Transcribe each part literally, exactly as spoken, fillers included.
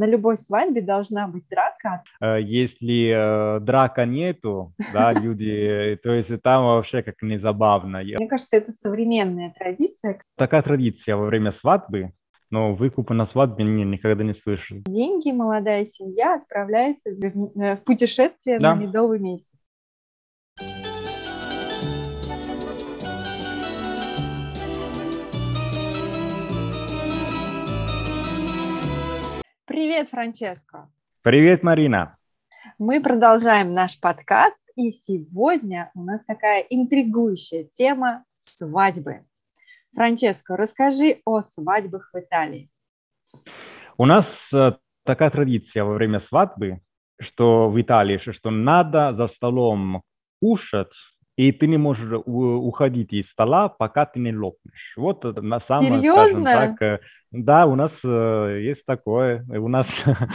на любой свадьбе должна быть драка. Э, Если э, драка нету, да, люди, то есть там вообще как не забавно. Я- Мне кажется, это современная традиция. Такая традиция во время свадьбы, но выкупа на свадьбе не, никогда не слышал. Деньги молодая семья отправляется в, э, в путешествие на Да, медовый месяц. Привет, Франческо! привет, Марина. Мы продолжаем наш подкаст, и сегодня у нас такая интригующая тема свадьбы. Франческо, расскажи о свадьбах в Италии. У нас э, такая традиция во время свадьбы, что в Италии, что что надо за столом кушать, и ты не можешь у- уходить из стола, пока ты не лопнешь. Вот это на самое, скажем Серьезно? так, э, да, у нас э, есть такое. У нас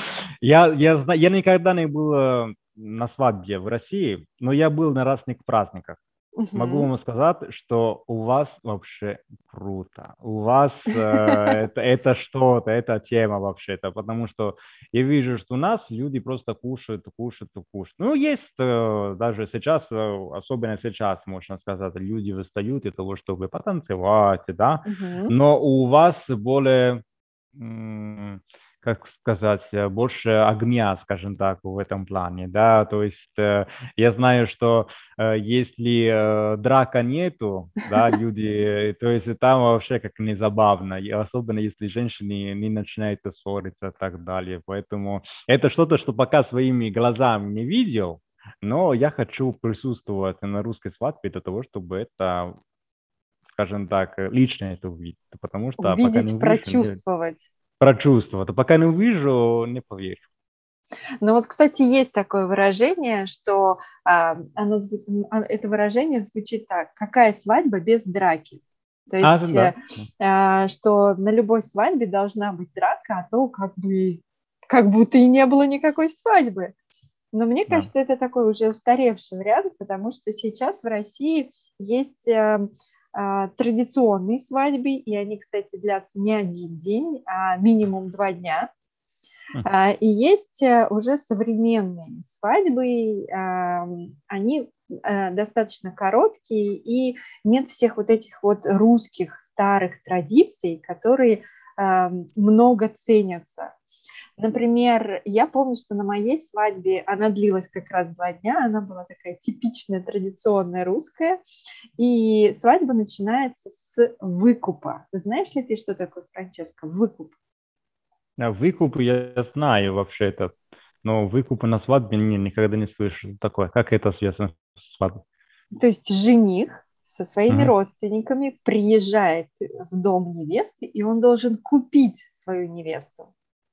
я я знаю, я никогда не был э, на свадьбе в России, но я был на разных праздниках. Могу Мгм. вам сказать, что у вас вообще круто. У вас э, это, это что-то, это тема вообще-то, потому что я вижу, что у нас люди просто кушают, кушают, кушают. Ну, есть э, даже сейчас, э, особенно сейчас, можно сказать, люди встают для того, чтобы потанцевать, да, Мгм. но у вас более, м, как сказать, э, больше огня, скажем так, в этом плане, да, то есть э, я знаю, что э, если э, драка нету, да, люди, то есть там вообще как не забавно, и особенно если женщины не начинают ссориться и так далее. Поэтому это что-то, что пока своими глазами не видел, но я хочу присутствовать на русской свадьбе для того, чтобы это, скажем так, э, лично это увидеть. Потому что пока не Увидеть, увижу, не прочувствовать. прочувствовать, а пока не увижу, не поверю. Ну вот, кстати, есть такое выражение, что а, оно, зву- м, а, это выражение звучит так: какая свадьба без драки? То А, есть, да. э, а, что на любой свадьбе должна быть драка, а то как бы как будто и не было никакой свадьбы. Но мне Да. кажется, это такой уже устаревший вариант, потому что сейчас в России есть э, а, традиционные свадьбы, и они, кстати, длятся не один день, а минимум два дня. М. А, И есть э, уже современные свадьбы, а, они э, достаточно короткие, и нет всех вот этих вот русских старых традиций, которые а, много ценятся. Например, я помню, что на моей свадьбе она длилась как раз два дня, она была такая типичная, традиционная русская, и свадьба начинается с выкупа. Знаешь ли ты, что такое, Франческо, выкуп? А выкуп я знаю вообще-то, но выкупа на свадьбе не, никогда не слышал такое. Как это связано с свадьбой? То есть жених со своими Мгм. родственниками приезжает в дом невесты, и он должен купить свою невесту.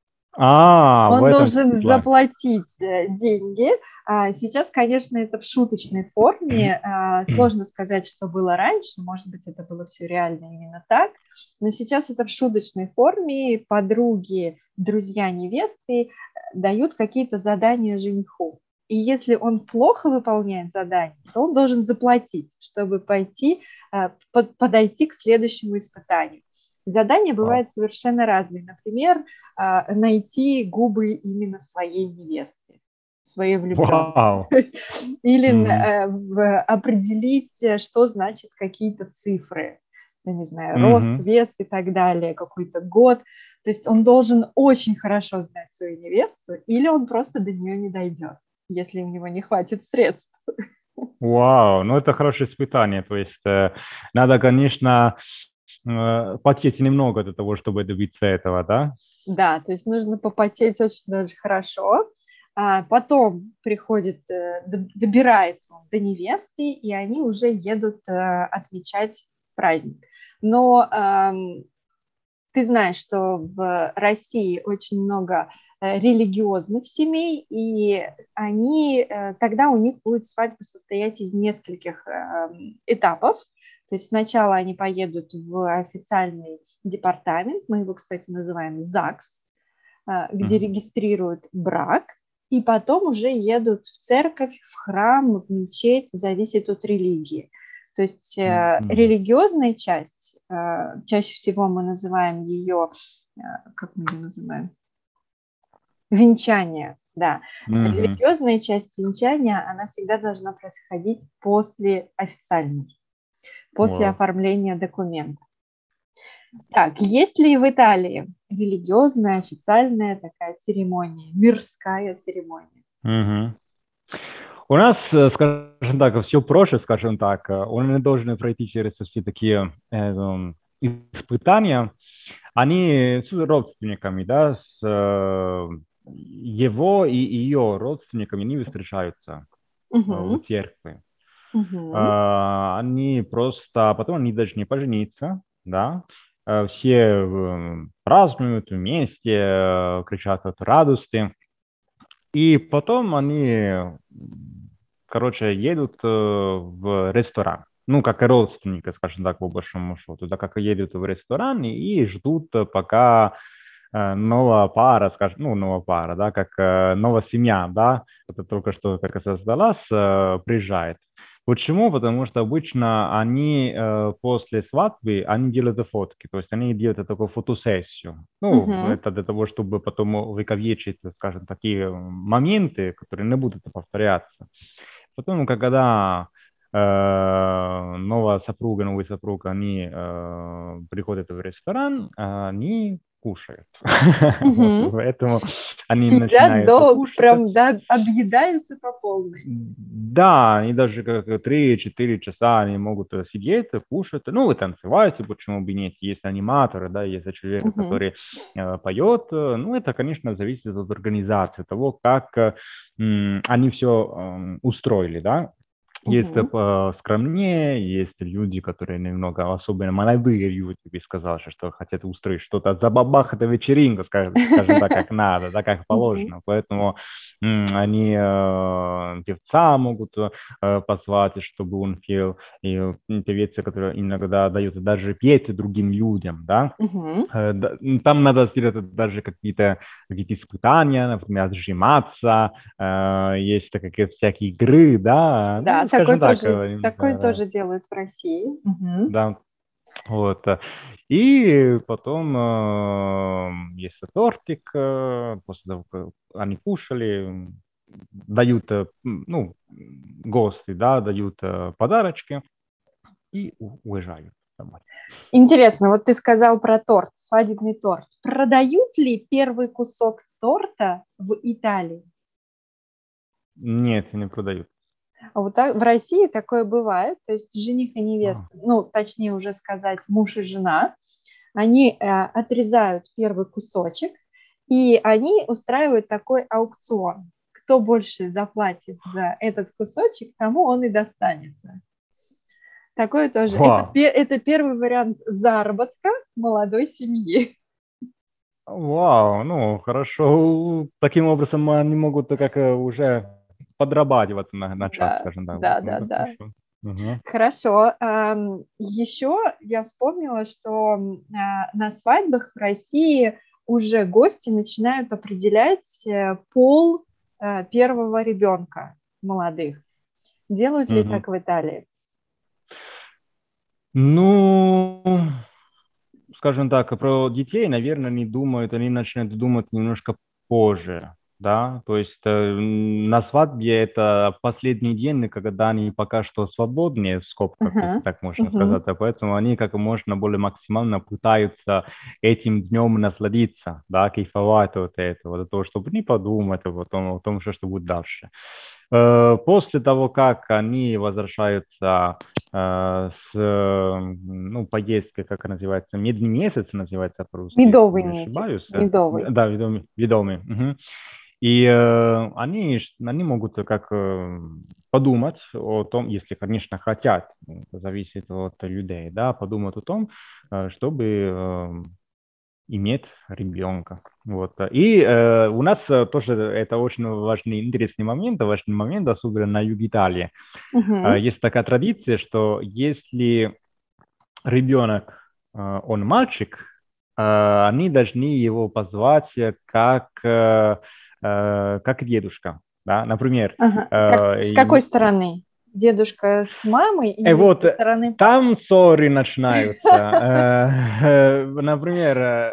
А, в Он этом должен плане. заплатить э, деньги. А сейчас, конечно, это в шуточной форме. А, Сложно сказать, что было раньше. Может быть, это было все реально именно так. Но сейчас это в шуточной форме. Подруги, друзья невесты э, дают какие-то задания жениху. И если он плохо выполняет задание, то он должен заплатить, чтобы пойти, э, под- подойти к следующему испытанию. Задания Вау. бывают совершенно разные. Например, а, найти губы именно своей невесты, своей влюбленной. Вау. Или Мгм. э, в- определить, э, что значит какие-то цифры. Я не знаю, рост, Мгм. вес и так далее, какой-то год. То есть он должен очень хорошо знать свою невесту, или он просто до нее не дойдет, если у него не хватит средств. Вау, ну это хорошее испытание. То есть э, надо, конечно, э, потеть немного для того, чтобы добиться этого, да? Да, то есть нужно попотеть очень даже хорошо. А потом приходит, э, д- добирается он до невесты, и они уже едут э, отмечать праздник. Но ам, ты знаешь, что в России очень много э, религиозных семей, и они, э, тогда у них будет свадьба состоять из нескольких эм, этапов. То есть сначала они поедут в официальный департамент, мы его, кстати, называем ЗАГС, а, где Мгм. регистрируют брак, и потом уже едут в церковь, в храм, в мечеть, зависит от религии. То есть э, Мгм. религиозная часть, э, чаще всего мы называем ее, э, как мы ее называем? Венчание, да. Мгм. Религиозная часть венчания, она всегда должна происходить после официальной, после Вау. оформления документа. Так, есть ли в Италии религиозная, официальная такая церемония, мирская церемония? Мгм. У нас, э, скажем так, все проще, скажем так. Э, Они должны пройти через все такие э, м, испытания. Они с родственниками, да, с э, его и ее родственниками, они встречаются э, в Мгм. церкви. Мгм. А, Они просто, а потом они должны пожениться, да. Э, Все э, празднуют вместе, э, кричат от радости. И потом они, м, короче, едут э, в ресторан. Ну, как и родственники, скажем так, по большому счету. Да, как и едут в ресторан и, и ждут, э, пока э, новая пара, скажем, ну, новая пара, да, как э, новая семья, да, это только что как создалась, э, приезжает. Почему? Потому что обычно они э, после свадьбы, они делают фотки, то есть они делают такую фотосессию. Ну, Мгм. это для того, чтобы потом увековечить, скажем, такие моменты, которые не будут повторяться. Потом, когда э, новая супруга, новый супруг, они э, приходят в ресторан, они кушают. Вот, Мгм. поэтому они Сидят начинают до, кушать. прям, да, объедаются по полной. Да, они даже как три-четыре часа они могут э, сидеть, э, кушать. Ну, вы танцеваете, почему бы нет. Есть аниматоры, да, есть человек, Мгм. который э, поет. э, Ну, это, конечно, зависит от организации, того, как э, м, они все устроили, да. Есть Мгм. э, скромнее, есть люди, которые немного, особенно молодые люди, я бы сказал, что что хотят устроить что-то, забабахать вечеринку, скажем, скажем так, как надо, да, как Мгм. положено. Поэтому м, они э, певца могут э, позвать, чтобы он пел, и м, певицы, которые иногда дают даже петь другим людям, да. Мгм. Э, да, м, Там надо сделать даже какие-то какие испытания, например, отжиматься, э, есть такие всякие игры, да, Да, ну, такой скажем так, тоже, э, такой да, да, тоже делают в России. Мгм. да, вот. э. И потом э, есть тортик, э, после того, как они кушали, м, дают, э, м, ну, гости, да, дают э, подарочки и у- уезжают домой. Интересно, вот ты сказал про торт, свадебный торт. Продают ли первый кусок торта в Италии? Нет, не продают. А вот так, в России такое бывает, то есть жених и А. невеста, ну, точнее уже сказать, муж и жена, они э, отрезают первый кусочек, и они устраивают такой аукцион. Кто больше заплатит за этот кусочек, тому он и достанется. Такое тоже. Это, Вау. пе- это первый вариант заработка молодой семьи. Вау, ну хорошо. Таким образом они могут как э, уже подрабатывать на, начать, Да, скажем так. Вот, да, ну, да, это да. хорошо. Мгм. Хорошо. Еще я вспомнила, что м, а, на свадьбах в России уже гости начинают определять э, пол э, первого ребенка молодых. Делают ли Мгм. так в Италии? Ну, скажем так, про детей, наверное, они думают, они начинают думать немножко позже, да, то есть э, м, на свадьбе это последний день, когда они пока что свободнее, в скобках, если Ага, так можно мгм, сказать, а поэтому они как можно более максимально пытаются этим днем насладиться, да, кайфовать от этого, для того, чтобы не подумать о том, о том, что, что будет дальше. Э, После того, как они возвращаются э, с э, ну, поездки, как она называется, медный месяц называется по-русски, если Медовый не месяц, ошибаюсь. Э, медовый. Да, ведомый. ведомый. Мгм. И э, они, ш- они могут как э, подумать о том, если, конечно, хотят, ну, это зависит от людей, да, подумать о том, э, чтобы э, иметь ребенка. Вот. И э, у нас э, тоже это очень важный, интересный момент, важный момент, особенно на юге Италии. Э, Мгм, есть такая традиция, что если ребенок, э, он мальчик, э, они должны его позвать как, э, э, как дедушка. Да? Например, ага. Как, э, с какой и, стороны? Дедушка с мамой и или вот со э, стороны папы? там ссоры начинаются. Э, э, например, э,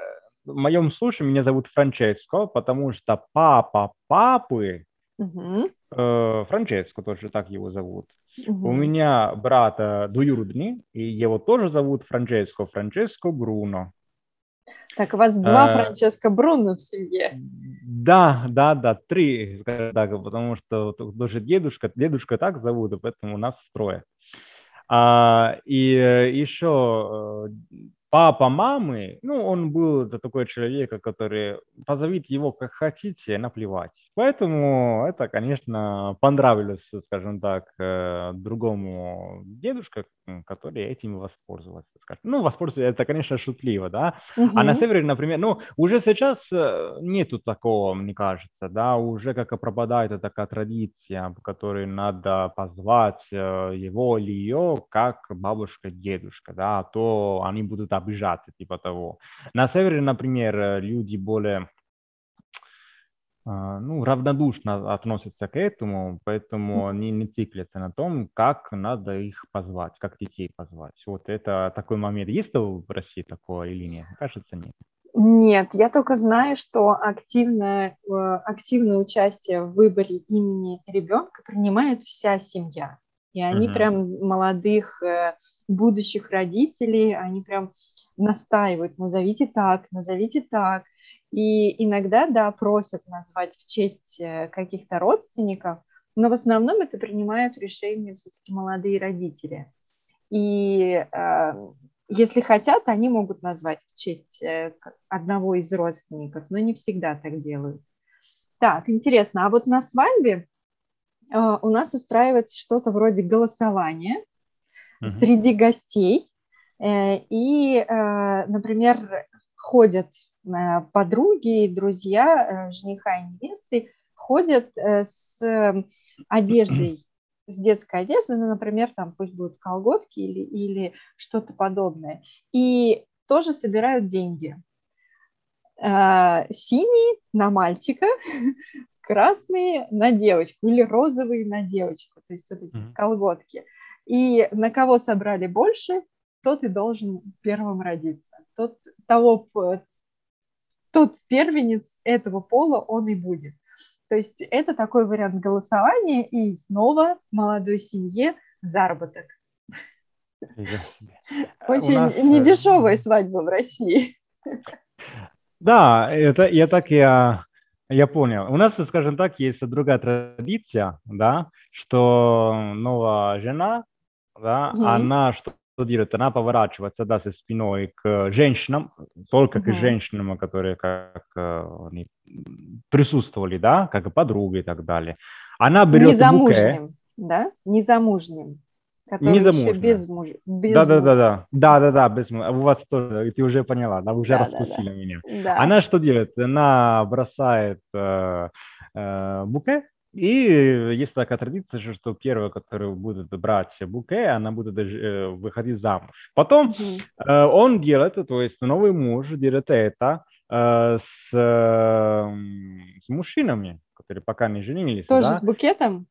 в моем случае меня зовут Франческо, потому что папа папы, Мгм. э, Франческо тоже так его зовут. У Мгм. меня брат э, двоюродный, и его тоже зовут Франческо, Франческо Бруно. Так, у вас два Э, Франческо Бруно в семье. Да, да, да, три, скажем так, потому что тут тоже дедушка, дедушка так зовут, и поэтому у нас трое. А, и э, еще э, папа мамы, ну, он был это такой человек, который позовите его как хотите, наплевать. Поэтому это, конечно, понравилось, скажем так, э, другому дедушке, м, который этим воспользовался. скажем. Ну, воспользоваться, это, конечно, шутливо, да. А на Мгм. севере, например, ну, уже сейчас э, нету такого, мне кажется, да, уже как и пропадает эта такая традиция, по которой надо позвать э, его или ее как бабушка, дедушка, да, а то они будут обижаться, типа того. На севере, например, э, люди более а, ну, равнодушно относятся к этому, поэтому они не циклятся на том, как надо их позвать, как детей позвать. Вот это такой момент. Есть в России такое или нет? Кажется, нет. Нет, я только знаю, что активное, э, активное участие в выборе имени ребенка принимает вся семья. И они Мгм. прям молодых э, будущих родителей, они прям настаивают, назовите так, назовите так. И иногда, да, просят назвать в честь э, каких-то родственников, но в основном это принимают решение все-таки молодые родители. И э, если хотят, они могут назвать в честь э, одного из родственников, но не всегда так делают. Так, интересно. А вот на свадьбе э, у нас устраивается что-то вроде голосования Мгм. среди гостей. Э, и, э, например, ходят э, подруги, друзья э, жениха и невесты, ходят э, с одеждой, с детской одеждой, ну, например, там пусть будут колготки или, или что-то подобное, и тоже собирают деньги. Э, Синий на мальчика, красные на девочку или розовые на девочку, то есть вот эти вот Мгм. колготки. И на кого собрали больше, тот и должен первым родиться. Тот, того, тот первенец этого пола он и будет. То есть это такой вариант голосования, и снова молодой семье заработок. Фига себе. Э, У Очень нас, э, недешевая свадьба в России. да, это я так я, я понял. У нас, скажем так, есть другая традиция, да, что новая жена, да, Мгм. она что делает? Она поворачивается, да, со спиной к женщинам, только к Мгм. женщинам, которые как э, они присутствовали, да, как подруги и так далее. Она берет буке, Незамужним, да? Незамужним, которые еще незамужняя. без мужа. Без мужа. Да-да-да-да, да-да-да, без м- у вас тоже, ты уже поняла, да, уже Да, да, да. раскусила меня. Да. Она что делает? Она бросает э, э, буке, и есть такая традиция, же, что первая, которая будет брать буке, она будет даже, э, выходить замуж. Потом Мгм. э, он делает, то есть новый муж делает это э, с, э, с мужчинами, которые пока не женились, Тоже с да. букетом?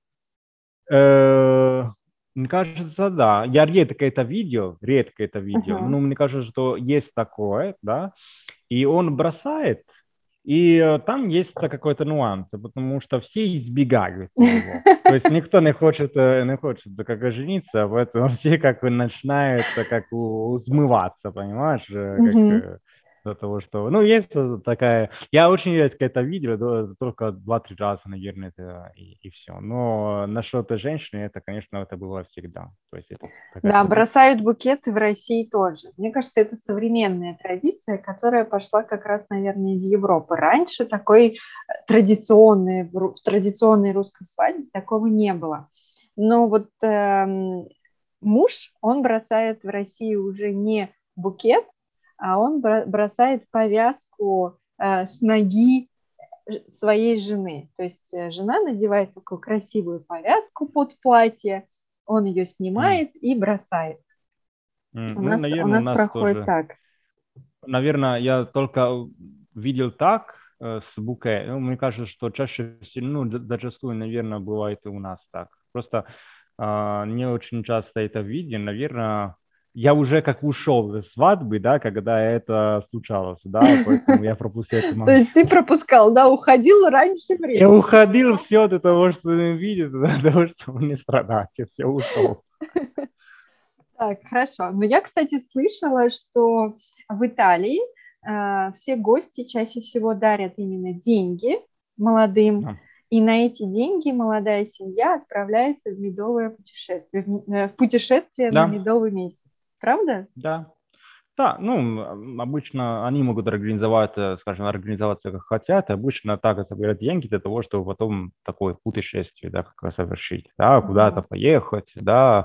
Э, Мне кажется, да. Я редко это видел, редко это видел. Мгм. Но мне кажется, что есть такое, да. И он бросает, и э, там есть какой-то нюанс, потому что все избегают его. То есть никто не хочет, э, не хочет как жениться, поэтому все как бы начинают э, как у- взмываться, понимаешь, э, как Мгм. э, до того, что... Ну, есть вот такая... Я очень редко это видел, да, только два-три раза, наверное, это и, и все. Но насчет женщины, это, конечно, это было всегда. То есть это такая Да, традиция. бросают букеты в России тоже. Мне кажется, это современная традиция, которая пошла как раз, наверное, из Европы. Раньше такой э, традиционной, в ру- в традиционной русской свадьбе такого не было. Но вот эм, муж, он бросает в России уже не букет, а он бро- бросает повязку э, с ноги ж- своей жены. То есть э, жена надевает такую красивую повязку под платье, он ее М, снимает и бросает. м. У Ну, нас, у наверное, у нас нас проходит тоже. так. Наверное, я только видел так э, с буке. Ну, мне кажется, что чаще всего, ну, д- зачастую, наверное, бывает и у нас так. Просто а, не очень часто это видим. Наверное, я уже как ушел из свадьбы, да, когда это случалось, да, поэтому я пропустил этот То момент. есть ты пропускал, да, уходил раньше Я времени. уходил все для того, чтобы видеть, для того, чтобы не страдать, я все ушел. Так, хорошо. Но я, кстати, слышала, что в Италии э, все гости чаще всего дарят именно деньги молодым, Да. и на эти деньги молодая семья отправляется в медовое путешествие, в, э, в путешествие на Да, медовый месяц. Правда? да. Да, ну, м, обычно они могут организовать, э, скажем, организоваться как хотят. Обычно так собирают деньги для того, чтобы потом такое путешествие, да, как раз совершить, да, куда-то Ага. поехать, да,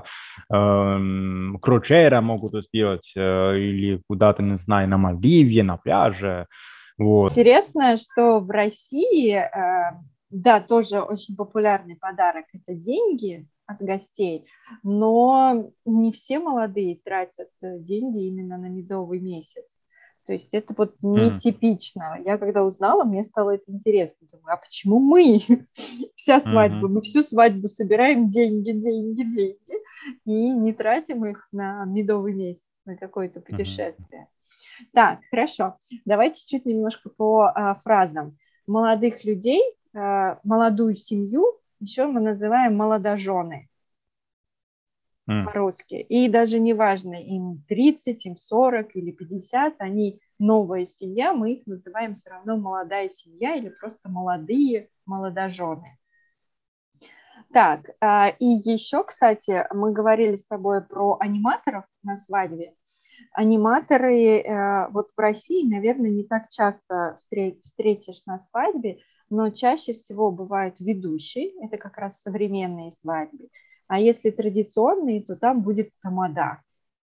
эм, кручера могут сделать, э, или куда-то, не знаю, на Мальдиве, на пляже, вот. Интересно, что в России, э, да, тоже очень популярный подарок – это деньги от гостей, но не все молодые тратят э, деньги именно на медовый месяц. То есть это вот М, нетипично. Я когда узнала, мне стало это интересно. Думаю, а почему мы? Вся свадьба, мгм, мы всю свадьбу собираем деньги, деньги, деньги и не тратим их на медовый месяц, на какое-то мгм. путешествие. Так, хорошо. Давайте чуть немножко по а, фразам. Молодых людей, а, молодую семью еще мы называем молодожены М. по-русски. И даже неважно, им тридцать, им сорок или пятьдесят, они новая семья, мы их называем все равно молодая семья или просто молодые молодожены. Так, а, и еще, кстати, мы говорили с тобой про аниматоров на свадьбе. Аниматоры э, вот в России, наверное, не так часто встретишь на свадьбе, но чаще всего бывают ведущие, это как раз современные свадьбы. А если традиционные, то там будет тамада.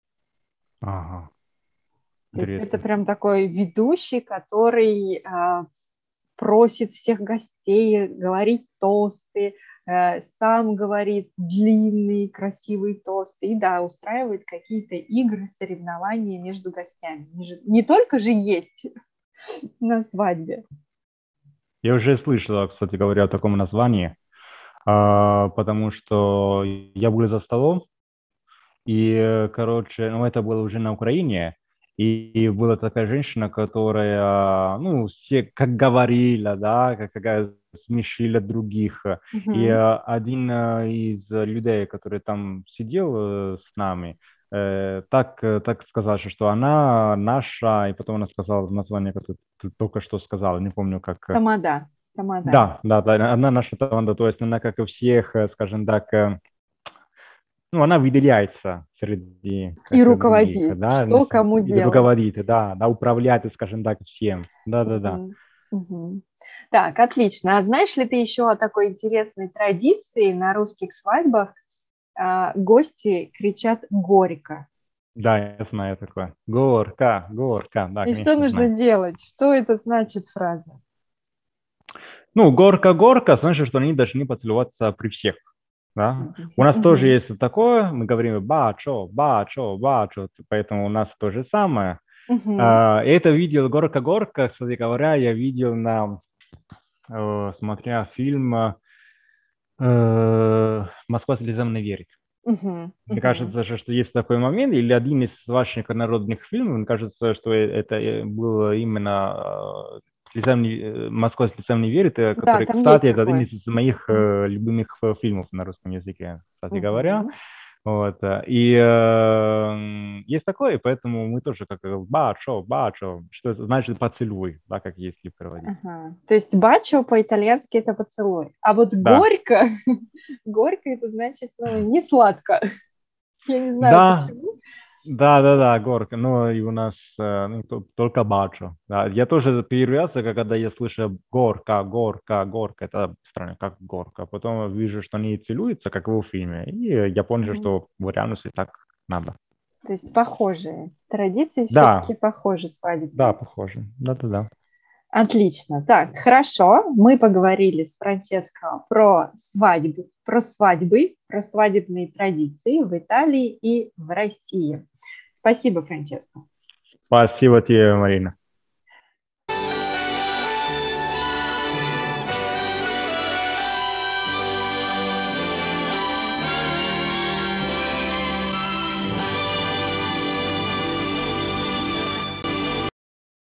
Ага, То есть это интересно. прям такой ведущий, который э, просит всех гостей говорить тосты, э, сам говорит длинные, красивые тосты. И да, устраивает какие-то игры, соревнования между гостями. Не, же, не только же есть на свадьбе. Я уже слышал, кстати говоря, о таком названии, а, потому что я был за столом. И, э, короче, ну, это было уже на Украине, и, и была такая женщина, которая, ну, все как говорила, да, как, как смешила других. И Мгм. э, один э, из людей, который там сидел э, с нами, э, так, э, так сказал, что она наша, и потом она сказала название, которое ты только что сказала, не помню как. э, Тамада. Тамада. Да, да, да, она наша команда, то есть она, как и всех, э, скажем так, э, ну, она выделяется среди, И как других, руководит. да, Что нес- кому или делать. руководит, да, да, управляет, скажем так, всем. Да-да-да. Мгм. Мгм. Так, отлично. А знаешь ли ты еще о такой интересной традиции на русских свадьбах? А, гости кричат «горько». Да, я знаю такое. Горка, горка, да, И что конечно, нужно знаю. делать? Что это значит фраза? Ну, горка, горка, значит, что они должны поцеловаться при всех, да. У нас тоже Мгм. есть такое, мы говорим бачо, бачо, бачо, поэтому у нас то же самое. Мгм. А, Это видел горка, горка, кстати говоря, я видел на, э, смотря фильм э, «Москва слезам не верит». Мгм. Мне Мгм. кажется, что что есть такой момент, или один из ваших народных фильмов, мне кажется, что э- это э, было именно э, «Слезам не- э, «Москва слезам не верит», э, Да, который, там есть кстати, это один такое. из моих Мгм. э, любимых э, фильмов на русском языке, кстати говоря. Мгм. Вот. э, И э, м, есть такое, и поэтому мы тоже как э, бачо, бачо, что это значит поцелуй, да, как если переводить. Ага. То есть бачо по-итальянски это поцелуй. А вот Да, горько, горько это значит, ну, не сладко. Я не знаю да, почему. да, да, да, горка. Ну, и у нас э, ну, то- только бачо. Да. Я тоже первый раз, э, когда я слышу горка, горка, горка, это странно, как горка. Потом вижу, что они целуются, как в фильме, и э, я понял, Мгм. что в реальности так надо. То есть похожие. Традиции все-таки Да, похожи да, свадебные. похоже. Да-да-да. Отлично. Так, хорошо. Мы поговорили с Франческо про свадьбу, про свадьбы, про свадебные традиции в Италии и в России. Спасибо, Франческо. Спасибо тебе, Марина.